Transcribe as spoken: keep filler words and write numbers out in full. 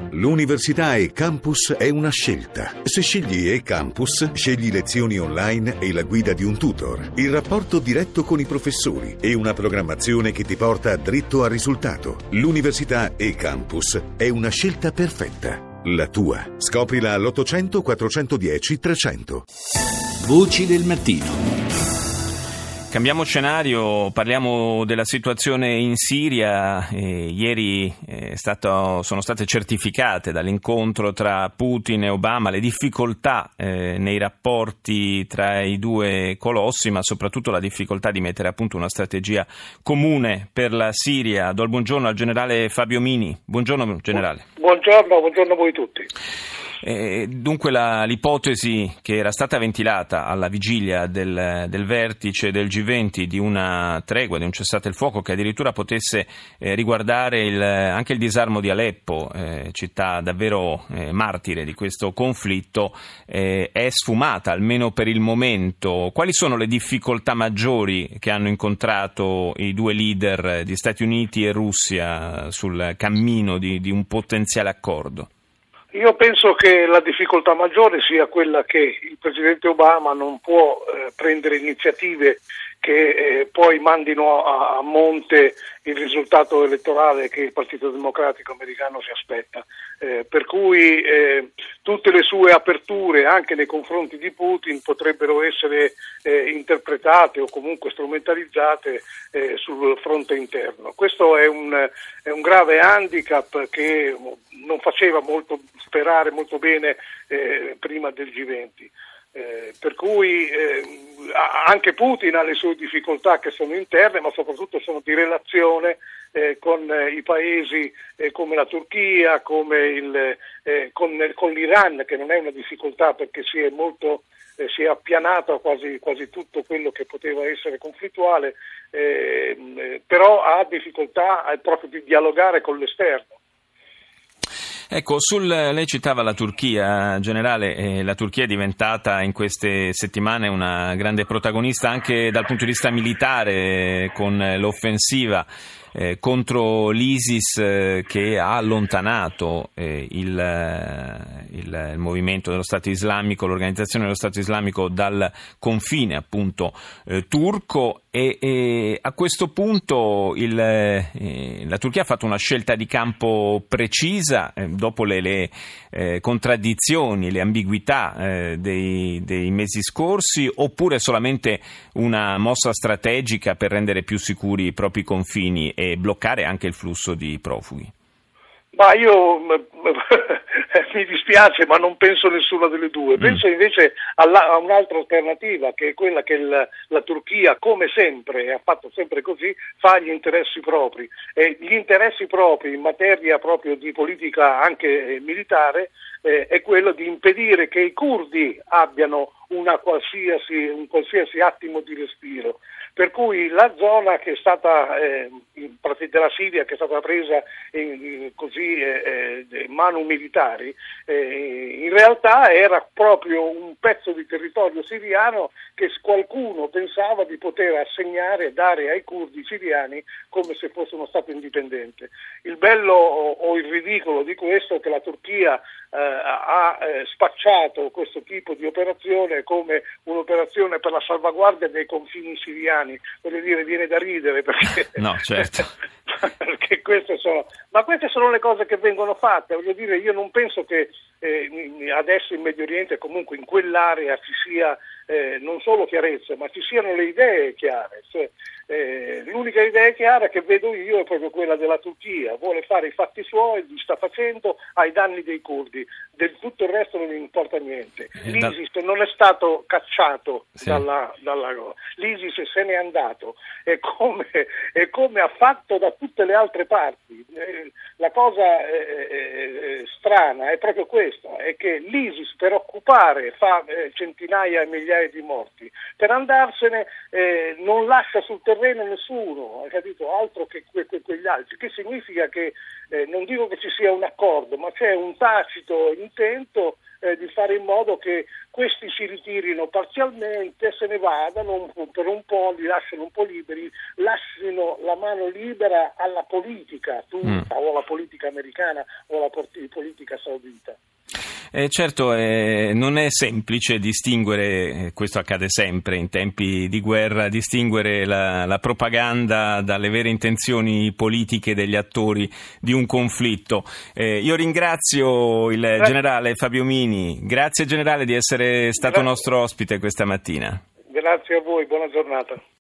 L'università e-Campus è una scelta. Se scegli e-Campus, scegli lezioni online e la guida di un tutor, il rapporto diretto con i professori e una programmazione che ti porta dritto al risultato. L'università e-Campus è una scelta perfetta. La tua. Scoprila all'ottocento quattrocentodieci trecento. Voci del mattino. Cambiamo scenario, parliamo della situazione in Siria. Eh, ieri è stato, sono state certificate dall'incontro tra Putin e Obama le difficoltà eh, nei rapporti tra i due colossi, ma soprattutto la difficoltà di mettere a punto una strategia comune per la Siria. Do il buongiorno al generale Fabio Mini. Buongiorno generale. Buongiorno, buongiorno a voi tutti. Eh, dunque la, l'ipotesi che era stata ventilata alla vigilia del, del vertice del G venti di una tregua, di un cessate il fuoco che addirittura potesse eh, riguardare il, anche il disarmo di Aleppo, eh, città davvero eh, martire di questo conflitto, eh, è sfumata, almeno per il momento. Quali sono le difficoltà maggiori che hanno incontrato i due leader di Stati Uniti e Russia sul cammino di, di un potenziale accordo? Io penso che la difficoltà maggiore sia quella che il presidente Obama non può eh, prendere iniziative che eh, poi mandino a, a monte il risultato elettorale che il Partito Democratico americano si aspetta. Eh, per cui eh, tutte le sue aperture anche nei confronti di Putin potrebbero essere eh, interpretate o comunque strumentalizzate eh, sul fronte interno. Questo è un, è un grave handicap che non faceva molto sperare molto bene eh, prima del G venti. Eh, per cui eh, anche Putin ha le sue difficoltà che sono interne, ma soprattutto sono di relazione eh, con eh, i paesi eh, come la Turchia, come il, eh, con, con l'Iran, che non è una difficoltà perché si è molto eh, si è appianato quasi, quasi tutto quello che poteva essere conflittuale, eh, eh, però ha difficoltà eh, proprio di dialogare con l'esterno. Ecco, sul, lei citava la Turchia, generale, eh, la Turchia è diventata in queste settimane una grande protagonista anche dal punto di vista militare, eh, con l'offensiva eh, contro l'ISIS eh, che ha allontanato eh, il, il, il movimento dello Stato islamico, l'organizzazione dello Stato islamico dal confine appunto eh, turco. E, e a questo punto il, eh, la Turchia ha fatto una scelta di campo precisa eh, dopo le, le eh, contraddizioni, le ambiguità eh, dei, dei mesi scorsi, oppure solamente una mossa strategica per rendere più sicuri i propri confini e bloccare anche il flusso di profughi? Ma io mi dispiace, ma non penso a nessuna delle due. Penso invece alla, a un'altra alternativa, che è quella che il, la Turchia, come sempre, e ha fatto sempre così, fa gli interessi propri. E gli interessi propri in materia proprio di politica anche eh, militare eh, è quello di impedire che i curdi abbiano una qualsiasi, un qualsiasi attimo di respiro. Per cui la zona che è stata eh, della Siria, che è stata presa in, in, così eh, eh, manu militari, eh, in realtà era proprio un pezzo di territorio siriano che qualcuno pensava di poter assegnare e dare ai curdi siriani come se fosse uno Stato indipendente. Il bello o, o il ridicolo di questo è che la Turchia eh, ha eh, spacciato questo tipo di operazione come un'operazione per la salvaguardia dei confini siriani. Voglio dire, viene da ridere perché, no, certo. perché queste sono, ma queste sono le cose che vengono fatte. Voglio dire, io non penso che eh, adesso in Medio Oriente, comunque in quell'area, ci sia eh, non solo chiarezza, ma ci siano le idee chiare. Cioè, eh, l'unica idea chiara che vedo io è proprio quella della Turchia. Vuole fare i fatti suoi, li sta facendo ai danni dei curdi. Del tutto il resto non gli importa niente. L'ISIS non è stato cacciato sì. dalla, dalla l'ISIS se n'è andato, è come, è come ha fatto da tutte le altre parti. Eh, la cosa eh, eh, strana è proprio questa, è che l'ISIS per occupare fa eh, centinaia e migliaia di morti, per andarsene eh, non lascia sul terreno nessuno, hai capito? Altro che que- que- quegli altri, che significa che eh, non dico che ci sia un accordo, ma c'è un tacito intento eh, di fare in modo che questi si ritirino parzialmente, se ne vadano un per un po', li lasciano un po' liberi, lasciano la mano libera alla politica tutta mm. o alla politica politica americana o la politica saudita. Eh, certo, eh, non è semplice distinguere, questo accade sempre in tempi di guerra, distinguere la, la propaganda dalle vere intenzioni politiche degli attori di un conflitto. Eh, io ringrazio il grazie. generale Fabio Mini, grazie generale di essere stato grazie. nostro ospite questa mattina. Grazie a voi, buona giornata.